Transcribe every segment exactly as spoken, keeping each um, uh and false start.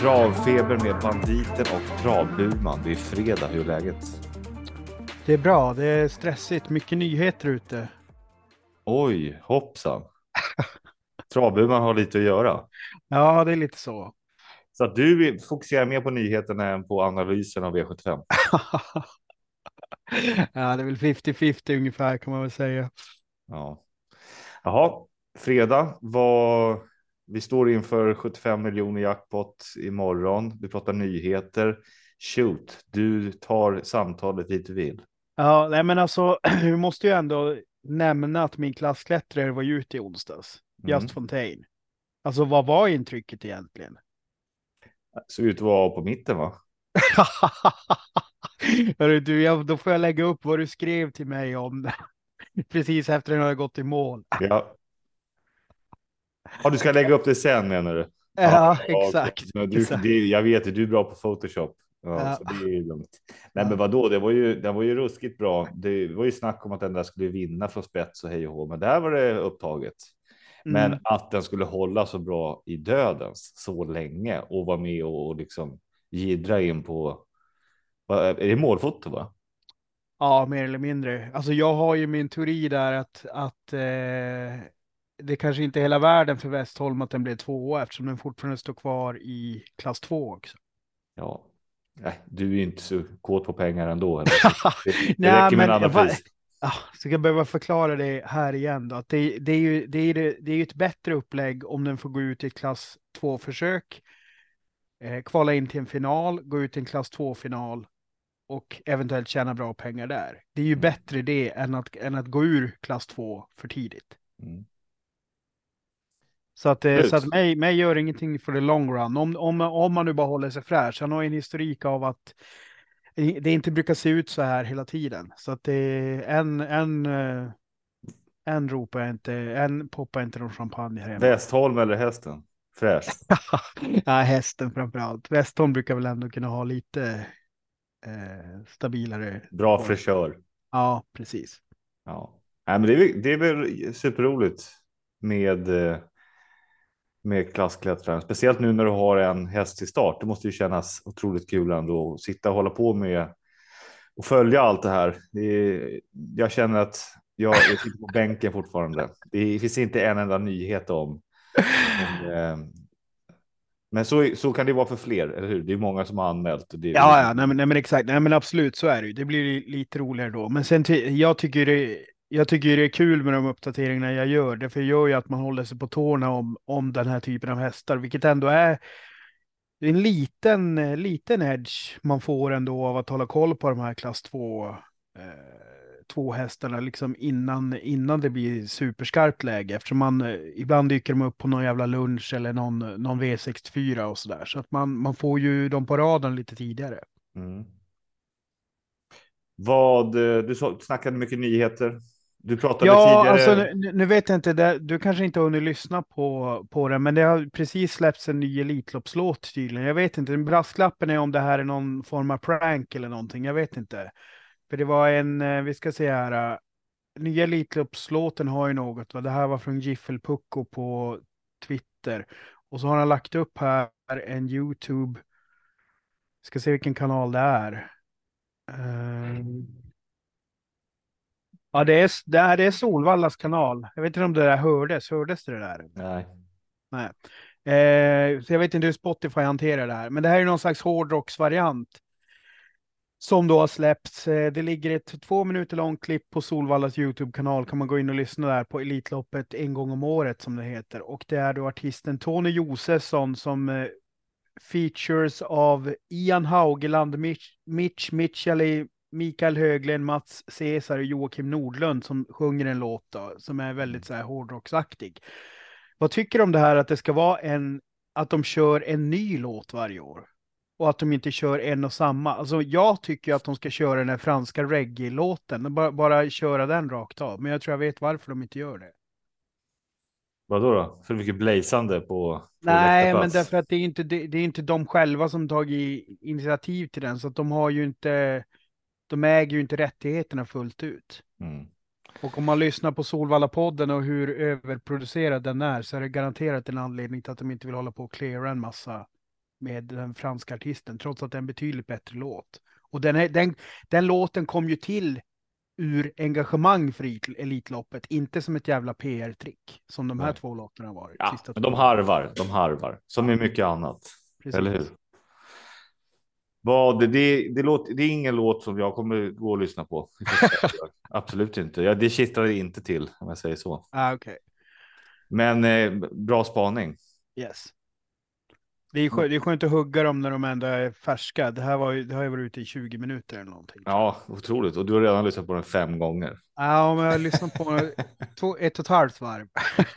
Travfeber med Banditen och Travburman. Det är fredag, hur är läget? Det är bra, det är stressigt, mycket nyheter ute. Oj, hoppsan. Travburman har lite att göra. Ja, det är lite så. Så att du fokuserar mer på nyheterna än på analysen av V sjuttiofem. Ja, det är väl femtio femtio ungefär kan man väl säga. Ja. Jaha, fredag var... Vi står inför sjuttiofem miljoner jackpot imorgon. Vi pratar nyheter. Shoot, du tar samtalet dit du vill. Ja, nej men alltså, vi måste ju ändå nämna att min klassklättrare var ute i onsdags. Mm. Just Fontaine. Alltså, vad var intrycket egentligen? Såg ut att vara på mitten, va? Hörru, du, jag, då får jag lägga upp vad du skrev till mig om det. Precis efter den hade gått i mål. Ja. Ja, du ska lägga upp det sen, menar du? Ja, Ja, ja, okej. exakt. Men du, exakt. det, jag vet att du är bra på Photoshop. Ja, Ja, så det är ju lugnt. Nej, men ja. vadå? Det var ju, det var ju ruskigt bra. Det var ju snack om att den där skulle vinna från spets och hej och hå, men där var det upptaget. Men Mm. att den skulle hålla så bra i dödens så länge och vara med och liksom gidra in på. Är det målfoto, va? Ja, mer eller mindre. Alltså jag har ju min teori där att, att eh, det kanske inte är hela världen för Westholm att den blev tvåa eftersom den fortfarande står kvar i klass två också. Ja. Nej, du är ju inte så kåt på pengar ändå. Eller? Så det, det Nej, räcker med en men annan va, pris. ah, så jag behöver förklara det här igen då. Att det, det är ju det är, det, det är ju ett bättre upplägg om den får gå ut i ett klass två-försök, eh, kvala in till en final, gå ut i en klass två-final och eventuellt tjäna bra pengar där. Det är ju Mm. bättre det än att, än att gå ur klass två för tidigt. Mm. Så att, eh, så att Slut. mig, mig gör ingenting för the long run. Om, om, om man nu bara håller sig fräsch. Han har en historik av att det inte brukar se ut så här hela tiden. Så att det en, en, eh, en ropar jag inte, en poppar inte någon champagne här hemma. Westholm eller hästen? Fräsch. Ja, hästen framförallt. Westholm brukar väl ändå kunna ha lite eh, stabilare Bra form. fräschör. Ja, precis. Ja. Nej, men det är, väl- det är väl superroligt med, eh, med klassklättraren. Speciellt nu när du har en häst i start. Det måste ju kännas otroligt kul ändå att sitta och hålla på med och följa allt det här. Det är, jag känner att jag, jag sitter på bänken fortfarande. Det finns inte en enda nyhet om. om eh, men så, så kan det vara för fler, eller hur? Det är många som har anmält. Och det, och det Ja, finns... ja, nej men, nej men exakt. Nej men absolut, så är det ju. Det blir ju lite roligare då. Men sen, ty- jag tycker det, jag tycker det är kul med de uppdateringarna jag gör. Det gör ju att man håller sig på tårna om, om den här typen av hästar, vilket ändå är en liten, eh, liten edge man får ändå av att hålla koll på de här klass två, eh, två hästarna liksom innan, innan det blir superskarpt läge. Eftersom man, eh, ibland dyker de upp på någon jävla lunch eller någon, någon V sextiofyra och sådär. Så att man, man får ju dem på radarn lite tidigare. Mm. Vad, eh, du så- snackade mycket nyheter. Du pratade Ja, alltså tidigare. nu, nu vet jag inte, det, du kanske inte har hunnit lyssna på, på det, men det har precis släppts en ny Elitloppslåt tydligen. Jag vet inte, brasklappen är om det här är någon form av prank eller någonting, jag vet inte. För det var en, eh, vi ska se här, eh, nya Elitloppslåten har ju något, va? Det här var från Giffelpucko på Twitter. Och så har han lagt upp här en YouTube, ska se vilken kanal det är. Ehm, Ja, det är, det är, det är Solvallas kanal. Jag vet inte om det där hördes. Hördes det där? Nej. Nej. Eh, så jag vet inte hur Spotify hanterar det här. Men det här är någon slags hårdrocksvariant som då har släppts. Eh, det ligger ett två minuter långt klipp på Solvallas YouTube-kanal. Kan man gå in och lyssna där på Elitloppet en gång om året som det heter. Och det är då artisten Tony Josefsson som eh, features av Ian Haugeland, Mitch, Mitch Mitchell, Mikael Höglen, Mats Cesar och Joakim Nordlund som sjunger en låt då, som är väldigt så här hårdrocksaktig. Vad tycker du om det här att det ska vara en, att de kör en ny låt varje år? Och att de inte kör en och samma. Alltså jag tycker att de ska köra den här franska reggae-låten. Bara, bara köra den rakt av. Men jag tror jag vet varför de inte gör det. Vadå då? För mycket blazande på, på Nej, men läktarplats. därför att det är inte, det, det är inte de själva som tagit initiativ till den. Så att de har ju inte, de äger ju inte rättigheterna fullt ut. Mm. Och om man lyssnar på Solvalla-podden och hur överproducerad den är så är det garanterat en anledning till att de inte vill hålla på och cleara en massa. med den franska artisten, trots att det är en betydligt bättre låt. Och den, är, den, den låten kom ju till ur engagemang för Elit- Elitloppet, inte som ett jävla P R-trick som de här Nej. två låtarna har varit. Ja, Sista men två de åren. harvar, de harvar, som Ja, är mycket annat. Eller hur? precis. Vad, det, det, det, låter, det är ingen låt som jag kommer gå och lyssna på. Absolut inte. Ja, det kittlar inte till om jag säger så. Ah, okej. Okay. Men eh, bra spaning. Yes. Det är, skö- det är skönt att hugga dem när de ändå är färska. Det här var ju, det har ju varit ute i tjugo minuter eller någonting. Ja, otroligt. Och du har redan lyssnat på den fem gånger. Ja, men jag har lyssnat på två, ett och ett halvt varv.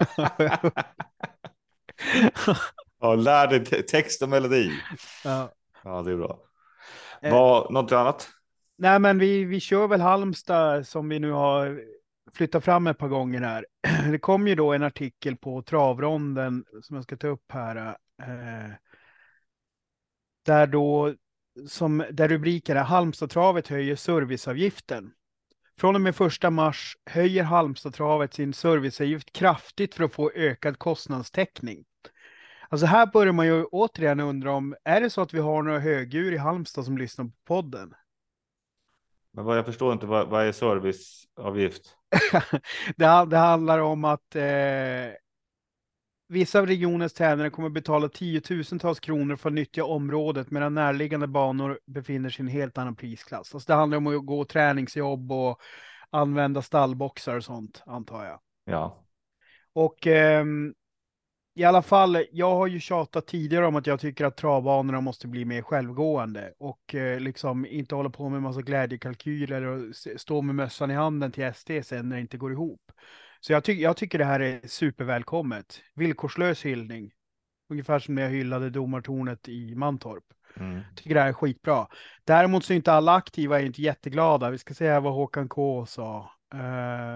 Ja, lär dig te- text och melodi. Ja. Ja, det är bra. Eh, Vad, något annat? nej, men vi, vi kör väl Halmstad som vi nu har flyttat fram ett par gånger här. Det kom ju då en artikel på Travronden som jag ska ta upp här. Eh, där då, som, där rubriken är Halmstadtravet höjer serviceavgiften. Från och med första mars höjer Halmstadtravet sin serviceavgift kraftigt för att få ökad kostnadstäckning. Alltså här börjar man ju återigen undra om, är det så att vi har några högur i Halmstad som lyssnar på podden? Men vad, jag förstår inte, vad, vad är serviceavgift? det, det handlar om att eh, vissa av regionens tränare kommer betala tiotusentals kronor för att nyttja området medan närliggande banor befinner sig i en helt annan prisklass. Alltså det handlar om att gå träningsjobb och använda stallboxar och sånt, antar jag. Ja. Och ehm, i alla fall, jag har ju tjatat tidigare om att jag tycker att travbanorna måste bli mer självgående och eh, liksom inte hålla på med en massa glädjekalkyler och s- stå med mössan i handen till S T sen när det inte går ihop. Så jag, ty jag tycker det här är supervälkommet. Villkorslös hyllning. Ungefär som när jag hyllade domartornet i Mantorp. Mm. Tycker det här är skitbra. Däremot så är inte alla aktiva är inte jätteglada. Vi ska säga vad Håkan K sa. Eh,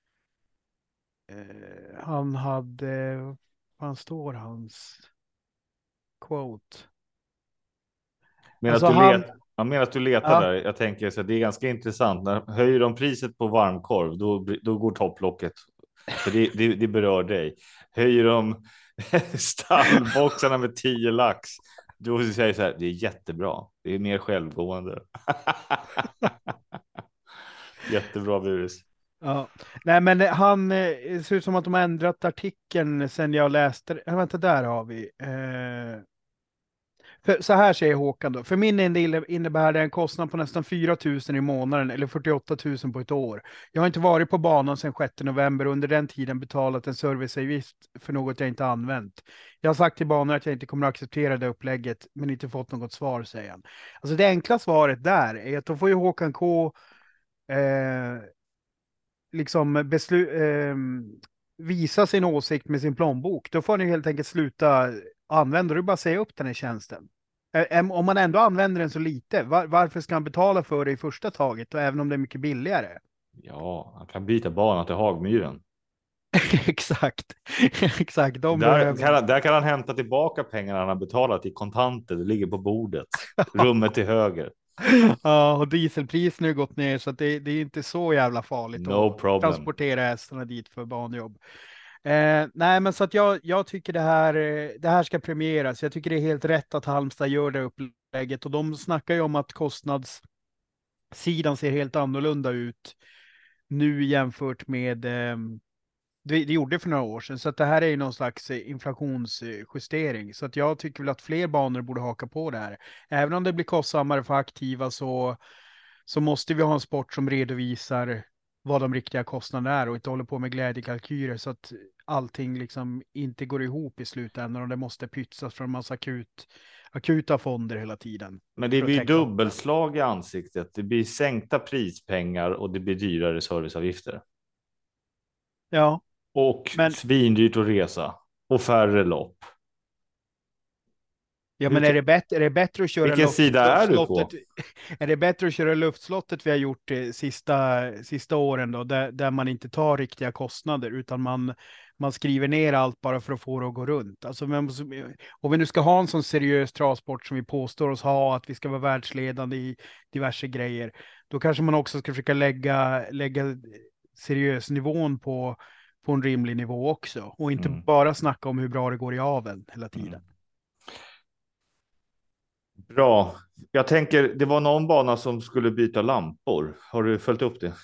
eh, han hade, vad står hans quote? Men att Alltså du han, let, jag menar att du letar ja, där. Jag tänker så att det är ganska intressant. När höjer de priset på varmkorv, då, blir- då går topplocket. För det, det, det berör dig. Höjer de stallboxarna med tio lax, då säger jag så här, det är jättebra. Det är mer självgående. Jättebra Buris. ja. Nej men han, eh, det ser ut som att de har ändrat artikeln sen jag läste. Äh, vänta, där har vi. Eh, För, så här säger Håkan då. För min del innebär det en kostnad på nästan fyra tusen i månaden eller fyrtioåtta tusen på ett år. Jag har inte varit på banan sedan sjätte november och under den tiden betalat en serviceavgift för något jag inte använt. Jag har sagt till banan att jag inte kommer att acceptera det upplägget men inte fått något svar, säger han. Alltså det enkla svaret där är att då får ju Håkan K eh, liksom beslu- eh, visa sin åsikt med sin plånbok. Då får ni helt enkelt sluta använda det, bara säga upp den här tjänsten. Ä- Om man ändå använder den så lite, var, varför ska han betala för det i första taget, och även om det är mycket billigare? Ja, han kan byta bana till Hagmyren. Exakt, exakt, de Där behöver. kan, han, där kan han hämta tillbaka pengarna han har betalat i kontanter. Det ligger på bordet. Rummet till höger. Ja, och dieselpriserna har ju gått ner så att det, det är inte så jävla farligt att No problem. transportera hästarna dit för banjobb. Eh, nej, men så att jag, jag tycker det här, eh, det här ska premieras. Jag tycker det är helt rätt att Halmstad gör det upplägget och de snackar ju om att kostnadssidan ser helt annorlunda ut nu jämfört med eh, det, det gjorde för några år sedan. Så att det här är ju någon slags eh, inflationsjustering. Så att jag tycker väl att fler banor borde haka på det här. Även om det blir kostsammare för aktiva så, så måste vi ha en sport som redovisar vad de riktiga kostnaderna är och inte håller på med glädjekalkyler så att allting liksom inte går ihop i slutändan och det måste pytsas från en massa akut, akuta fonder hela tiden. Men det För att blir täcka upp det. dubbelslag i ansiktet. Det blir sänkta prispengar och det blir dyrare serviceavgifter. Ja, Och men svindyrt att resa. Och färre lopp. Ja, Hur men är kan, det bättre, är det bättre att köra vilken luft, sida är du luftslottet? på? Är det bättre att köra luftslottet vi har gjort eh, sista, sista åren då, där, där man inte tar riktiga kostnader utan man, man skriver ner allt bara för att få det att gå runt. Alltså, men, om vi nu ska ha en sån seriös travsport som vi påstår oss ha, att vi ska vara världsledande i diverse grejer, då kanske man också ska försöka lägga, lägga seriös nivån på, på en rimlig nivå också och inte Mm, bara snacka om hur bra det går i aveln hela tiden. mm. Bra. Jag tänker, det var någon bana som skulle byta lampor. Har du följt upp det?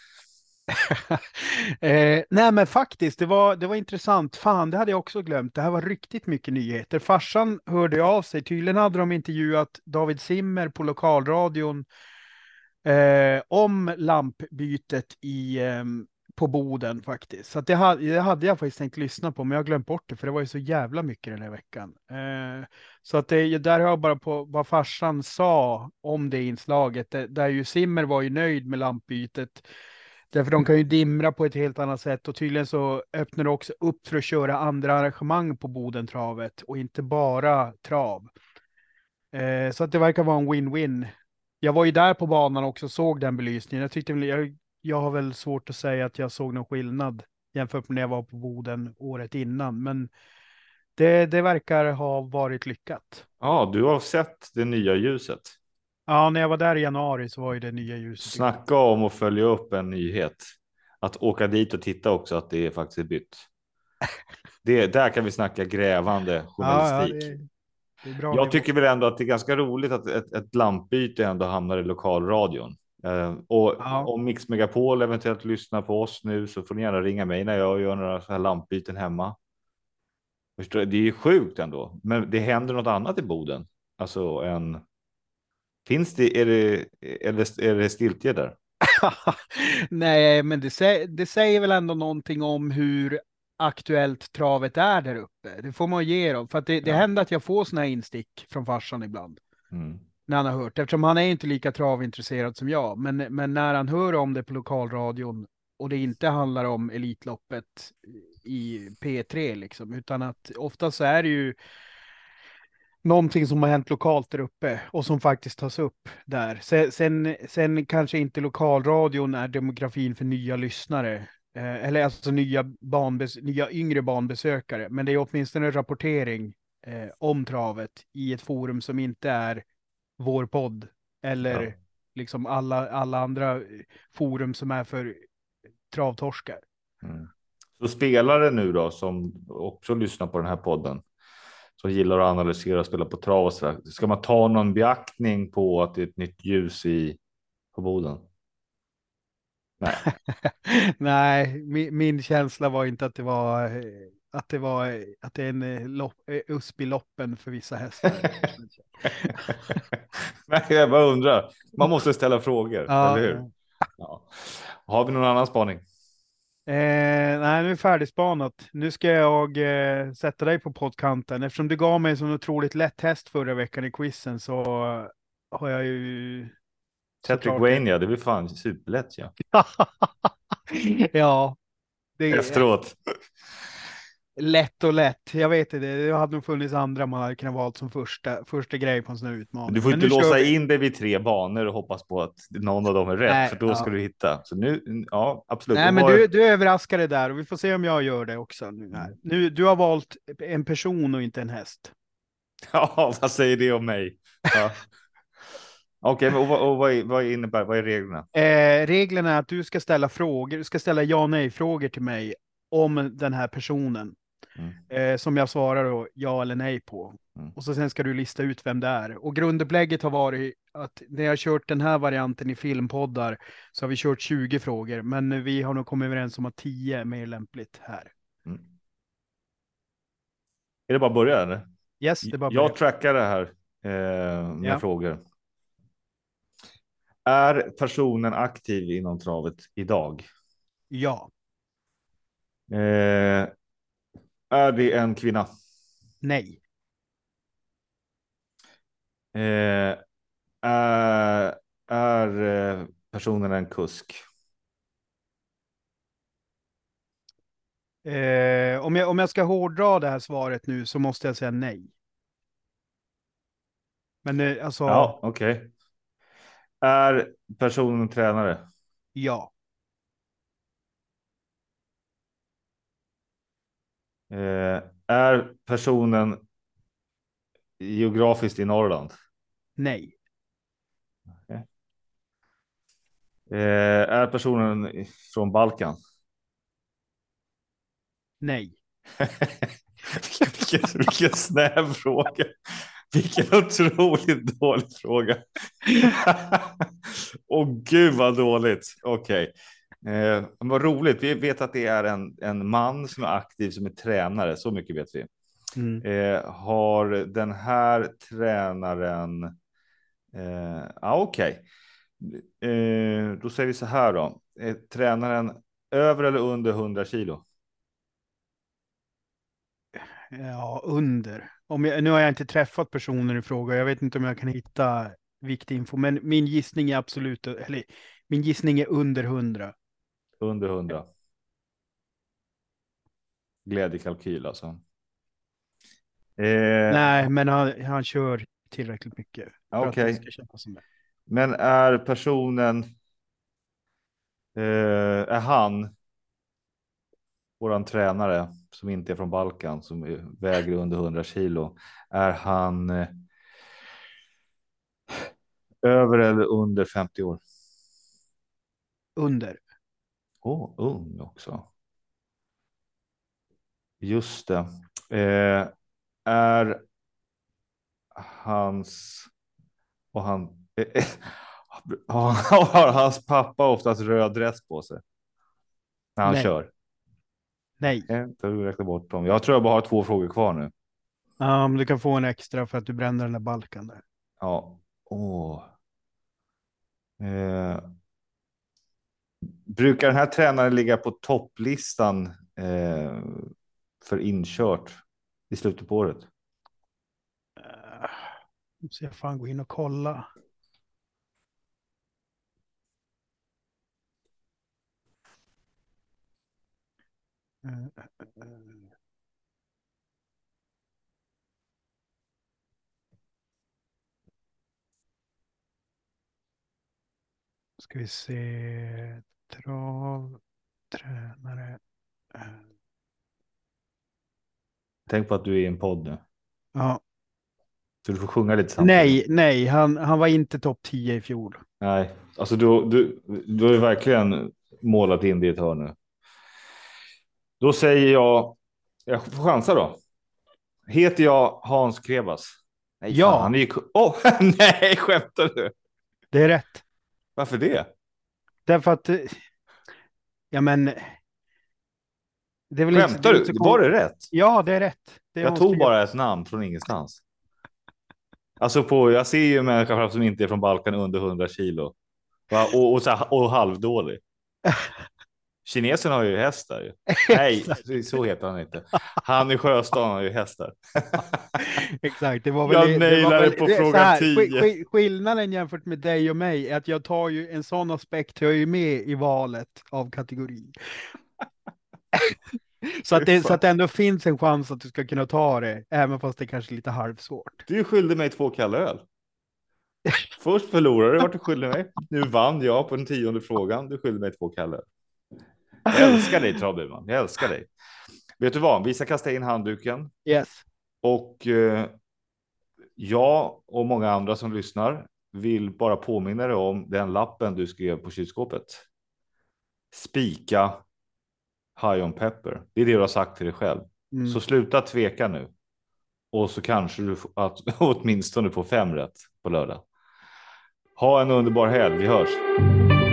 eh, nej men faktiskt, det var, det var intressant. Fan, det hade jag också glömt. Det här var riktigt mycket nyheter. Farsan hörde av sig. Tydligen hade de intervjuat David Simmer på lokalradion eh, om lampbytet i, eh, på Boden faktiskt. Så att det, hade, det hade jag faktiskt tänkt lyssna på, men jag har glömt bort det för det var ju så jävla mycket den här veckan. Eh, så att det, där har jag bara på vad farsan sa om det inslaget. Det, där ju Simmer var ju nöjd med lampbytet. Därför de kan ju dimra på ett helt annat sätt och tydligen så öppnar det också upp för att köra andra arrangemang på Bodentravet och inte bara trav. Eh, så att det verkar vara en win-win. Jag var ju där på banan också och såg den belysningen. Jag tyckte väl- jag, jag har väl svårt att säga att jag såg någon skillnad jämfört med när jag var på Boden året innan. Men det, det verkar ha varit lyckat. Ja, du har sett det nya ljuset. Ja, när jag var där i januari så var ju det nya ljuset igång. Snacka om att följa upp en nyhet. Att åka dit och titta också att det är faktiskt är bytt. Det, där kan vi snacka grävande Ja, ja, journalistik. det, det är bra Jag nivå. tycker väl ändå att det är ganska roligt att ett, ett lampbyte ändå hamnar i lokalradion. Eh, och Ja. om Mix Megapol eventuellt lyssnar på oss nu så får ni gärna ringa mig när jag gör några så här lampbyten hemma. Förstår du? Det är ju sjukt ändå, men det händer något annat i Boden. Alltså en. Finns det, är det, är det, är det stiltje där? Nej, men det, sä det säger väl ändå någonting om hur aktuellt travet är där uppe. Det får man ge dem. För att det, det Ja. händer att jag får såna här instick från farsan ibland. Mm. När han har hört. Eftersom han är inte lika travintresserad som jag. Men, men när han hör om det på lokalradion och det inte handlar om Elitloppet i P tre liksom. Utan att oftast så är det ju någonting som har hänt lokalt där uppe och som faktiskt tas upp där. Sen, sen, sen kanske inte lokalradion är demografin för nya lyssnare. Eh, eller alltså nya, banbes nya yngre banbesökare. Men det är åtminstone rapportering eh, om travet i ett forum som inte är vår podd. Ja. Eller liksom alla, alla andra forum som är för travtorskar. Mm. Så spelare nu då som också lyssnar på den här podden. Som gillar att analysera och spela på trav och så där. Ska man ta någon beaktning på att det är ett nytt ljus i på Boden? Nej. Nej, min, min känsla var inte att det var eh, att det var eh, att det är en eh, lopp, eh, USP i loppen för vissa hästar. Nej, jag bara undrar. Man måste ställa frågor, eller Ja, hur? ja. Ja. Har vi någon annan spaning? Eh, nej, nu är färdigspanat. Nu ska jag eh, sätta dig på poddkanten. Eftersom du gav mig en sån otroligt lätt häst förra veckan i quizen så har jag ju Tetrick såklart... Wayne, ja, det blir fan superlätt. Ja. Ja, det är Efteråt. lätt och lätt. Jag vet inte, det hade nog funnits andra man hade kunnat valt som första, första grej på en sån här Men du utmaning. får Men inte nu kör låsa vi. in dig vid tre banor och hoppas på att någon av dem är rätt, för Nej, då ska ja. du hitta. Så nu, ja, absolut. Nej, Och men vad, du, du överraskade där och vi får se om jag gör det också. Nu, här. mm. Nu, du har valt en person och inte en häst. Ja, vad säger det om mig? Ja. Okej, men och, vad, och vad, är- vad innebär, vad är reglerna? Eh, reglerna är att du ska ställa frågor, du ska ställa ja nej-frågor till mig om den här personen. Mm. Eh, som jag svarar då ja eller nej på. Mm. Och så sen ska du lista ut vem det är. Och grundupplägget har varit att när jag har kört den här varianten i filmpoddar så har vi kört tjugo frågor. Men vi har nog kommit överens om att tio är mer lämpligt här. Mm. Är det bara att börja eller? Yes, det är bara att börja. Jag trackar det här eh, med Ja. frågor. Är personen aktiv inom travet idag? Ja. Eh, är det en kvinna? Nej. Eh, är är eh, personen en kusk? Eh, om jag, om jag ska hårdra det här svaret nu så måste jag säga nej. Men eh, alltså, Ja, okej. Är personen tränare? ja. Eh, är personen geografiskt i Norrland? Nej. Eh, är personen från Balkan? Nej. vilken, vilken snäv fråga. Vilken otroligt dålig fråga. Åh gud vad dåligt. Okej. Okay. Eh, vad roligt. Vi vet att det är en, en man som är aktiv som är tränare. Så mycket vet vi. Mm. Eh, har den här tränaren... Eh, ah, Okej. Okay. Eh, då säger vi så här då. Är tränaren över eller under hundra kilo? Ja, under. Om jag, nu har jag inte träffat personen i fråga. Jag vet inte om jag kan hitta viktig info. Men min gissning är absolut, eller min gissning är under hundra. Under hundra. Glädjekalkyl alltså. Eh, Nej, men han, han kör tillräckligt mycket för att det Okej. ska kännas som det. Men är personen... Eh, är han våran tränare som inte är från Balkan, som väger under hundra kilo, är han eh, över eller under femtio år? Under. Åh, oh, ung också. Just det. Eh, är hans och han eh, har hans pappa oftast röd dress på sig när han Nej. kör? Nej. Jag räknar bort dem. Jag tror jag bara har två frågor kvar nu. Ja, men du kan få en extra för att du brände den där balkan där. Ja. Åh. Eh, brukar den här tränaren ligga på topplistan eh, för inkört i slutet på året? Uh, måste jag fan gå in och kolla. Uh, uh, uh. Ska vi se. Trav. Tränare. Uh. Tänk på att du är i en podd nu. Ja. Så du får sjunga lite samtidigt. Nej, nej, han, han var inte topp tio i fjol. Nej, alltså du, du, du har ju verkligen målat in det i ett hörn nu. Då säger jag, jag får chansa då. Heter jag Hans Krebas? Nej, Ja. fan, han är ju... Oh, nej, skämtar du? Det är rätt. Varför det? Därför att, eh, ja men, det är väl inte, det Skämtar är du? inte så Var kon- det rätt? Ja, det är rätt. Det är Jag Hans tog Krebas. bara ett namn från ingenstans. Alltså på, jag ser ju människor som inte är från Balkan under hundra kilo. Va? Och, och, så här, och halvdålig. Kinesen har ju hästar. Ju. Nej, så heter han inte. Han i Sjöstan har ju hästar. Exakt, det var väl... Jag det var nailade väl, på det, fråga så här, tio. sk- sk- skillnaden jämfört med dig och mig är att jag tar ju en sån aspekt, jag är ju med i valet av kategori. Så att, det, så att det ändå finns en chans att du ska kunna ta det, även fast det kanske är lite halvsvårt. Du skyllde mig två kalla öl. Först förlorade du vart du skyllde mig. Nu vann jag på den tionde frågan. Du skyllde mig två kalla öl. Jag älskar dig, Travburman. Jag älskar dig. Vet du vad? Vi ska kasta in handduken. Yes. Och eh, jag och många andra som lyssnar vill bara påminna dig om den lappen du skrev på kylskåpet. Spika High on Pepper. Det är det du har sagt till dig själv. Mm. Så sluta tveka nu. Och så kanske du får, att, åtminstone får fem rätt på lördag. Ha en underbar helg. Vi hörs.